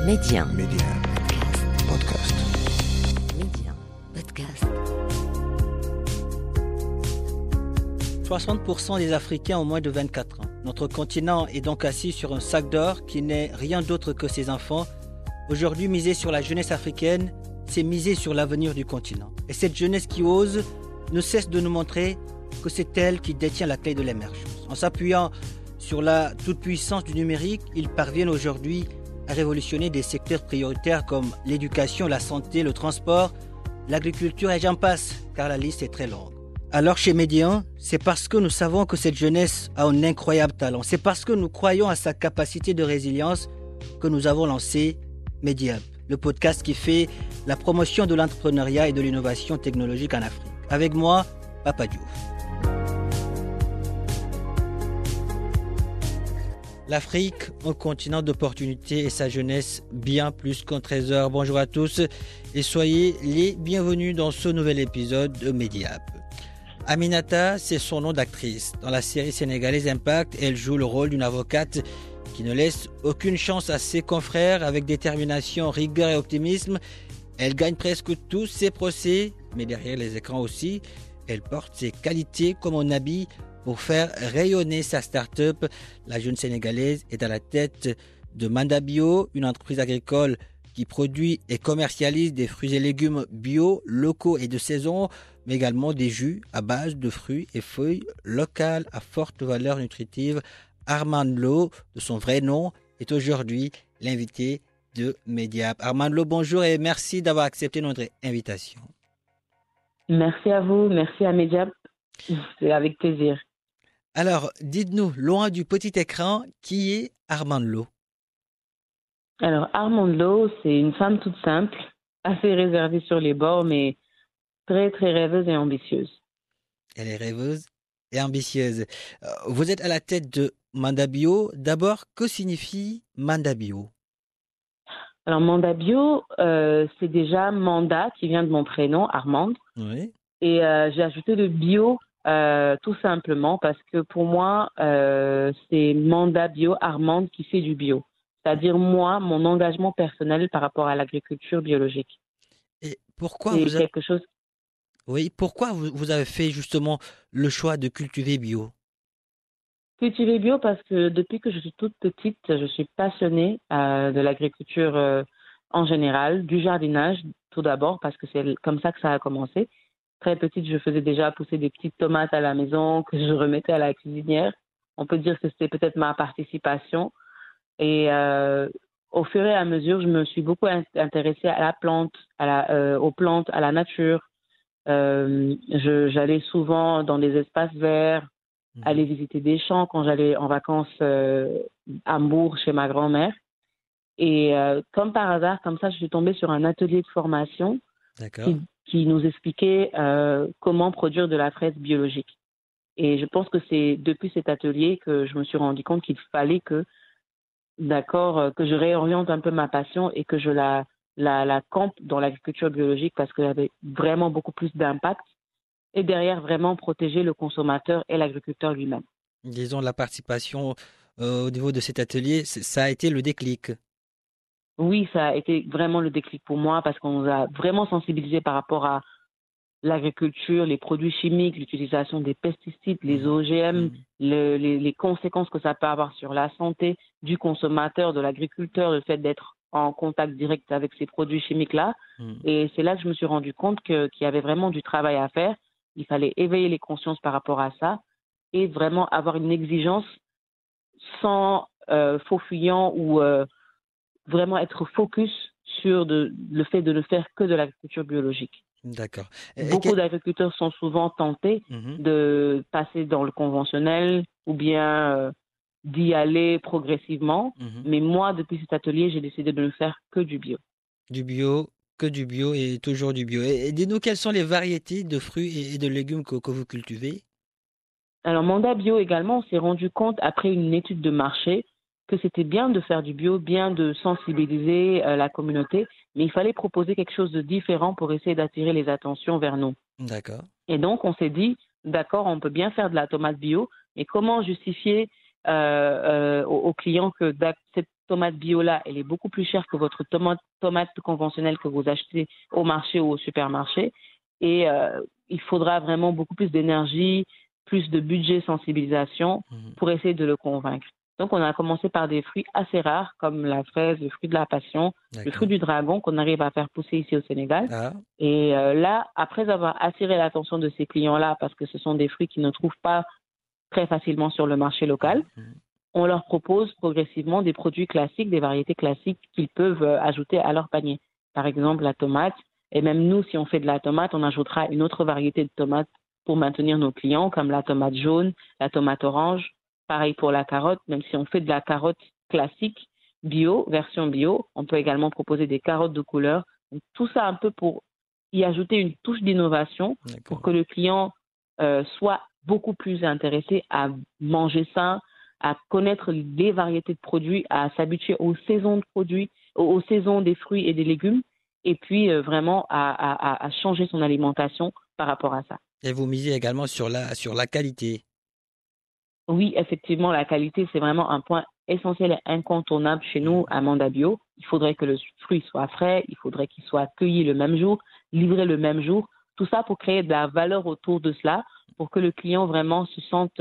Média. Podcast. Média. Podcast. 60% des Africains ont moins de 24 ans. Notre continent est donc assis sur un sac d'or qui n'est rien d'autre que ses enfants. Aujourd'hui, miser sur la jeunesse africaine, c'est miser sur l'avenir du continent. Et cette jeunesse qui ose ne cesse de nous montrer que c'est elle qui détient la clé de l'émergence. En s'appuyant sur la toute-puissance du numérique, ils parviennent aujourd'hui à révolutionner des secteurs prioritaires comme l'éducation, la santé, le transport, l'agriculture et j'en passe, car la liste est très longue. Alors chez Médian, c'est parce que nous savons que cette jeunesse a un incroyable talent. C'est parce que nous croyons à sa capacité de résilience que nous avons lancé Mediap, le podcast qui fait la promotion de l'entrepreneuriat et de l'innovation technologique en Afrique. Avec moi, Papa Diouf. L'Afrique, un continent d'opportunités et sa jeunesse bien plus qu'un trésor. Bonjour à tous et soyez les bienvenus dans ce nouvel épisode de Mediap. Aminata, c'est son nom d'actrice. Dans la série sénégalaise Impact, elle joue le rôle d'une avocate qui ne laisse aucune chance à ses confrères. Avec détermination, rigueur et optimisme, elle gagne presque tous ses procès, mais derrière les écrans aussi, elle porte ses qualités comme un habit pour faire rayonner sa start-up. La jeune Sénégalaise est à la tête de Manda Bio, une entreprise agricole qui produit et commercialise des fruits et légumes bio, locaux et de saison, mais également des jus à base de fruits et feuilles locales à forte valeur nutritive. Armand Lo, de son vrai nom, est aujourd'hui l'invité de Mediap. Armand Lo, bonjour et merci d'avoir accepté notre invitation. Merci à vous, merci à Mediap, c'est avec plaisir. Alors, dites-nous, loin du petit écran, qui est Armand Lo? Alors, Armand Lo, c'est une femme toute simple, assez réservée sur les bords, mais très, très rêveuse et ambitieuse. Elle est rêveuse et ambitieuse. Vous êtes à la tête de Manda Bio. D'abord, que signifie Manda Bio? Alors, Manda Bio, c'est déjà Manda, qui vient de mon prénom, Armande. Oui. Et j'ai ajouté le bio, tout simplement, parce que pour moi, c'est Manda Bio, Armande, qui fait du bio. C'est-à-dire, moi, mon engagement personnel par rapport à l'agriculture biologique. Et pourquoi c'est quelque chose... Oui, pourquoi vous avez fait justement le choix de cultiver bio? Cultiver bio parce que depuis que je suis toute petite, je suis passionnée de l'agriculture en général, du jardinage tout d'abord parce que c'est comme ça que ça a commencé. Très petite, je faisais déjà pousser des petites tomates à la maison que je remettais à la cuisinière. On peut dire que c'était peut-être ma participation. Et au fur et à mesure, je me suis beaucoup intéressée à la plante, aux plantes, à la nature. J'allais souvent dans des espaces verts, aller visiter des champs quand j'allais en vacances à Hambourg chez ma grand-mère. Et comme par hasard, comme ça, je suis tombée sur un atelier de formation qui nous expliquait comment produire de la fraise biologique. Et je pense que c'est depuis cet atelier que je me suis rendu compte qu'il fallait que je réoriente un peu ma passion et que je la campe dans l'agriculture biologique parce qu'elle avait vraiment beaucoup plus d'impact et derrière vraiment protéger le consommateur et l'agriculteur lui-même. Disons la participation au niveau de cet atelier, ça a été le déclic. Oui, ça a été vraiment le déclic pour moi parce qu'on nous a vraiment sensibilisés par rapport à l'agriculture, les produits chimiques, l'utilisation des pesticides, les OGM, les conséquences que ça peut avoir sur la santé du consommateur, de l'agriculteur, le fait d'être en contact direct avec ces produits chimiques-là. Et c'est là que je me suis rendu compte qu'il y avait vraiment du travail à faire. Il fallait éveiller les consciences par rapport à ça et vraiment avoir une exigence sans faux fuyant ou vraiment être focus sur le fait de ne faire que de l'agriculture biologique. D'accord. Beaucoup d'agriculteurs sont souvent tentés de passer dans le conventionnel ou bien d'y aller progressivement. Mais moi, depuis cet atelier, j'ai décidé de ne faire que du bio. Du bio, que du bio et toujours du bio. Et dis-nous, quelles sont les variétés de fruits et de légumes que vous cultivez? Alors, Manda Bio également, on s'est rendu compte après une étude de marché que c'était bien de faire du bio, bien de sensibiliser la communauté, mais il fallait proposer quelque chose de différent pour essayer d'attirer les attentions vers nous. D'accord. Et donc, on s'est dit, d'accord, on peut bien faire de la tomate bio, mais comment justifier aux clients que cette tomate bio-là, elle est beaucoup plus chère que votre tomate conventionnelle que vous achetez au marché ou au supermarché. Et il faudra vraiment beaucoup plus d'énergie, plus de budget sensibilisation pour essayer de le convaincre. Donc, on a commencé par des fruits assez rares, comme la fraise, le fruit de la passion, le fruit du dragon qu'on arrive à faire pousser ici au Sénégal. Ah. Et là, après avoir attiré l'attention de ces clients-là, parce que ce sont des fruits qu'ils ne trouvent pas très facilement sur le marché local, on leur propose progressivement des produits classiques, des variétés classiques qu'ils peuvent ajouter à leur panier. Par exemple, la tomate. Et même nous, si on fait de la tomate, on ajoutera une autre variété de tomates pour maintenir nos clients, comme la tomate jaune, la tomate orange. Pareil pour la carotte, même si on fait de la carotte classique, bio, version bio, on peut également proposer des carottes de couleur. Donc, tout ça un peu pour y ajouter une touche d'innovation pour que le client soit beaucoup plus intéressé à manger sain, à connaître les variétés de produits, à s'habituer aux saisons de produits, aux saisons des fruits et des légumes, et puis vraiment à changer son alimentation par rapport à ça. Et vous misez également sur la qualité. Oui, effectivement, la qualité, c'est vraiment un point essentiel et incontournable chez nous à Manda Bio. Il faudrait que le fruit soit frais, il faudrait qu'il soit cueilli le même jour, livré le même jour. Tout ça pour créer de la valeur autour de cela, pour que le client vraiment se sente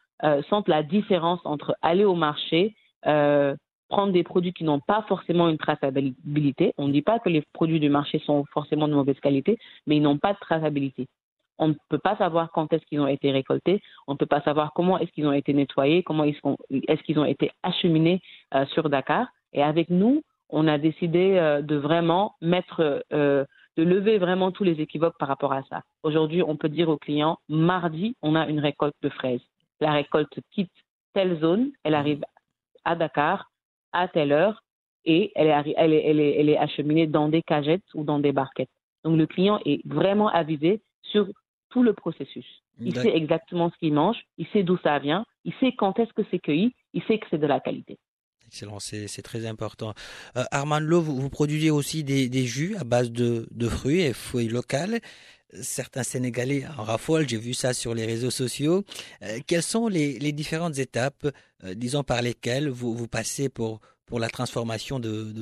la différence entre aller au marché, prendre des produits qui n'ont pas forcément une traçabilité. On ne dit pas que les produits du marché sont forcément de mauvaise qualité, mais ils n'ont pas de traçabilité. On ne peut pas savoir quand est-ce qu'ils ont été récoltés, on ne peut pas savoir comment est-ce qu'ils ont été nettoyés, comment est-ce qu'ils ont été acheminés sur Dakar. Et avec nous, on a décidé de vraiment de lever vraiment tous les équivoques par rapport à ça. Aujourd'hui, on peut dire aux clients, mardi, on a une récolte de fraises. La récolte quitte telle zone, elle arrive à Dakar à telle heure et elle est acheminée dans des cagettes ou dans des barquettes. Donc, le client est vraiment avisé sur tout le processus. Il sait exactement ce qu'il mange, il sait d'où ça vient, il sait quand est-ce que c'est cueilli, il sait que c'est de la qualité. Excellent, c'est très important. Armand Lo, vous produisez aussi des jus à base de fruits et feuilles locales. Certains Sénégalais en raffolent, j'ai vu ça sur les réseaux sociaux. Quelles sont les différentes étapes, disons, par lesquelles vous passez pour la transformation de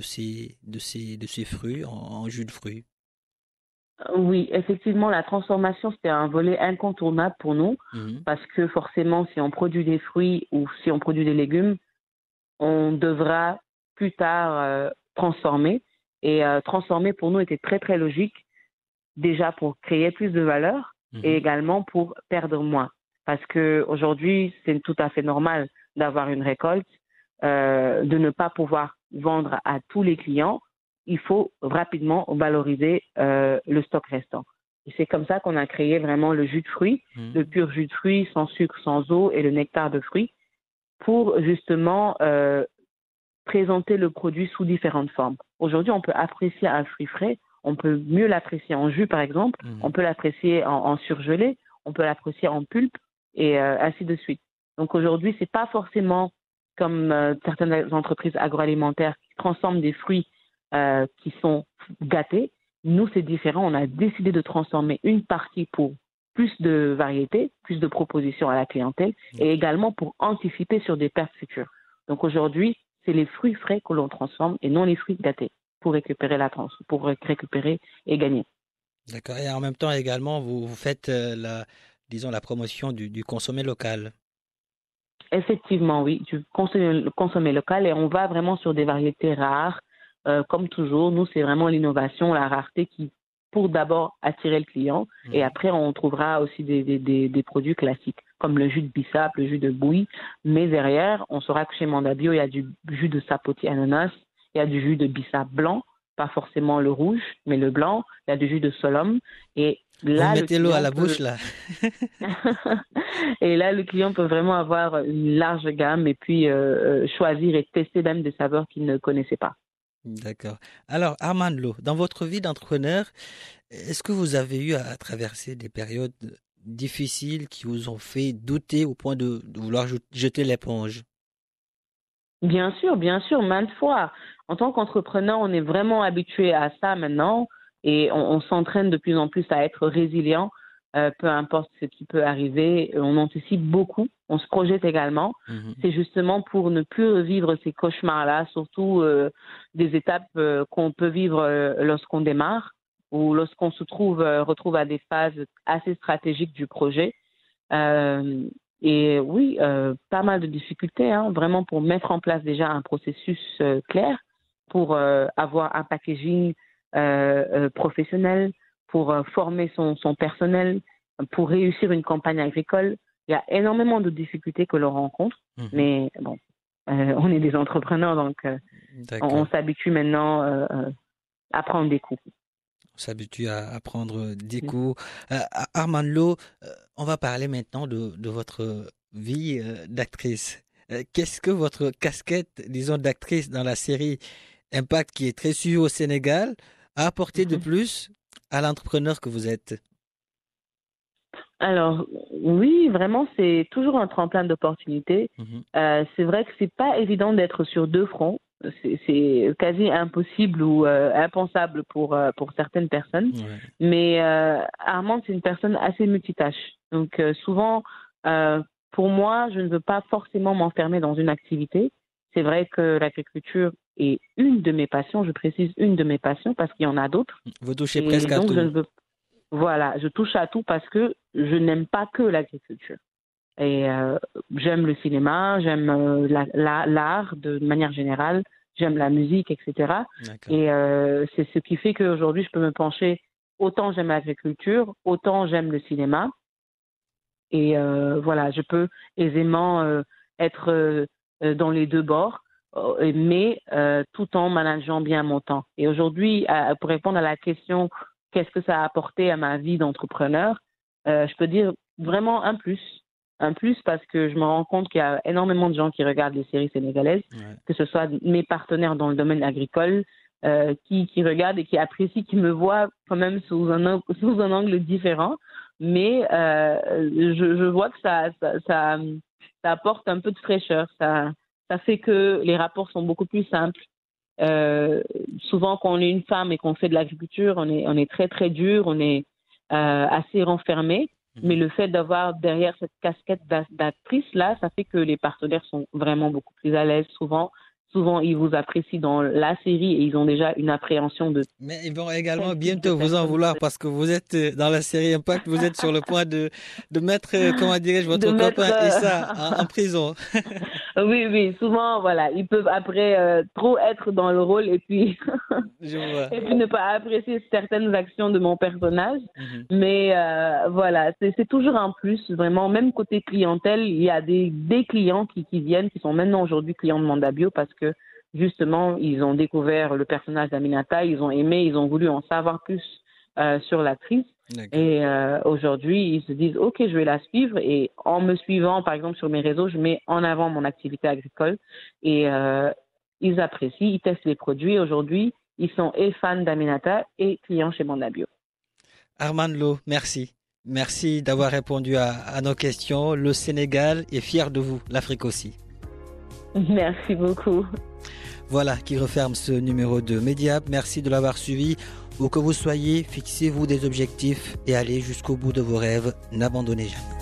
ces fruits en jus de fruits? Oui, effectivement, la transformation, c'était un volet incontournable pour nous parce que forcément, si on produit des fruits ou si on produit des légumes, on devra plus tard transformer. Et transformer, pour nous, était très, très logique, déjà pour créer plus de valeur et également pour perdre moins. Parce qu'aujourd'hui, c'est tout à fait normal d'avoir une récolte, de ne pas pouvoir vendre à tous les clients. Il faut rapidement valoriser le stock restant. Et c'est comme ça qu'on a créé vraiment le jus de fruits, le pur jus de fruits, sans sucre, sans eau et le nectar de fruits, pour justement présenter le produit sous différentes formes. Aujourd'hui, on peut apprécier un fruit frais, on peut mieux l'apprécier en jus par exemple, on peut l'apprécier en surgelé, on peut l'apprécier en pulpe et ainsi de suite. Donc aujourd'hui, c'est pas forcément comme certaines entreprises agroalimentaires qui transforment des fruits qui sont gâtés. Nous, c'est différent. On a décidé de transformer une partie pour plus de variétés, plus de propositions à la clientèle et également pour anticiper sur des pertes futures. Donc aujourd'hui, c'est les fruits frais que l'on transforme et non les fruits gâtés pour récupérer et gagner. D'accord. Et en même temps également, vous faites la promotion du consommé local. Effectivement, oui, du consommé local et on va vraiment sur des variétés rares. Comme toujours, nous, c'est vraiment l'innovation, la rareté pour d'abord attirer le client. Et après, on trouvera aussi des produits classiques, comme le jus de bissap, le jus de bouillie. Mais derrière, on saura que chez Manda Bio, il y a du jus de sapoti ananas, il y a du jus de bissap blanc, pas forcément le rouge, mais le blanc. Il y a du jus de solum. Et là, vous mettez l'eau à la bouche, là. Et là, le client peut vraiment avoir une large gamme et puis choisir et tester même des saveurs qu'il ne connaissait pas. D'accord. Alors, Armand Lo, dans votre vie d'entrepreneur, est-ce que vous avez eu à traverser des périodes difficiles qui vous ont fait douter au point de vouloir jeter l'éponge? Bien sûr, maintes fois. En tant qu'entrepreneur, on est vraiment habitué à ça maintenant et on s'entraîne de plus en plus à être résilient peu importe ce qui peut arriver. On anticipe beaucoup, on se projette également. C'est justement pour ne plus revivre ces cauchemars-là, surtout des étapes qu'on peut vivre lorsqu'on démarre ou lorsqu'on se retrouve à des phases assez stratégiques du projet. Et oui, pas mal de difficultés, vraiment pour mettre en place déjà un processus clair, pour avoir un packaging professionnel, pour former son personnel, pour réussir une campagne agricole. Il y a énormément de difficultés que l'on rencontre, mais bon, on est des entrepreneurs, donc on s'habitue maintenant à prendre des coups. On s'habitue à prendre des coups. Armand Lo, on va parler maintenant de votre vie d'actrice. Qu'est-ce que votre casquette, disons, d'actrice dans la série Impact, qui est très suivie au Sénégal, a apporté de plus à l'entrepreneur que vous êtes? Alors, oui, vraiment, c'est toujours un tremplin d'opportunités. C'est vrai que c'est pas évident d'être sur deux fronts. C'est quasi impossible ou impensable pour certaines personnes. Ouais. Mais Armand, c'est une personne assez multitâche. Donc, souvent, pour moi, je ne veux pas forcément m'enfermer dans une activité. C'est vrai que l'agriculture est une de mes passions. Je précise une de mes passions parce qu'il y en a d'autres. Vous touchez presque à tout. Voilà, je touche à tout parce que je n'aime pas que l'agriculture. Et j'aime le cinéma, j'aime l'art de manière générale, j'aime la musique, etc. D'accord. Et c'est ce qui fait qu'aujourd'hui, je peux me pencher, autant j'aime l'agriculture, autant j'aime le cinéma. Et voilà, je peux aisément être dans les deux bords, mais tout en manageant bien mon temps. Et aujourd'hui, pour répondre à la question, qu'est-ce que ça a apporté à ma vie d'entrepreneur, je peux dire vraiment un plus. Un plus parce que je me rends compte qu'il y a énormément de gens qui regardent les séries sénégalaises, que ce soit mes partenaires dans le domaine agricole, qui regardent et qui apprécient, qui me voient quand même sous un angle différent. Mais je vois que ça apporte un peu de fraîcheur. Ça fait que les rapports sont beaucoup plus simples. Souvent, quand on est une femme et qu'on fait de l'agriculture, on est très, très dur, on est assez renfermé. Mais le fait d'avoir derrière cette casquette d'actrice-là, ça fait que les partenaires sont vraiment beaucoup plus à l'aise. Souvent, ils vous apprécient dans la série et ils ont déjà une appréhension de... Mais ils vont également bientôt vous en vouloir parce que vous êtes dans la série Impact, vous êtes sur le point de mettre, comment dirais-je, votre copain Issa en prison. Oui, souvent, voilà, ils peuvent après trop être dans le rôle et puis ne pas apprécier certaines actions de mon personnage. Mais voilà, c'est toujours un plus, vraiment. Même côté clientèle, il y a des clients qui viennent, qui sont maintenant aujourd'hui clients de Mandabio parce que justement, ils ont découvert le personnage d'Aminata, ils ont aimé, ils ont voulu en savoir plus sur l'actrice. D'accord. Et aujourd'hui, ils se disent « Ok, je vais la suivre ». Et en me suivant, par exemple, sur mes réseaux, je mets en avant mon activité agricole. Et ils apprécient, ils testent les produits. Aujourd'hui, ils sont et fans d'Aminata et clients chez Mandabio. Armand Lo, merci. Merci d'avoir répondu à nos questions. Le Sénégal est fier de vous, l'Afrique aussi. Merci beaucoup. Voilà qui referme ce numéro de Mediap. Merci de l'avoir suivi. Où que vous soyez, fixez-vous des objectifs et allez jusqu'au bout de vos rêves. N'abandonnez jamais.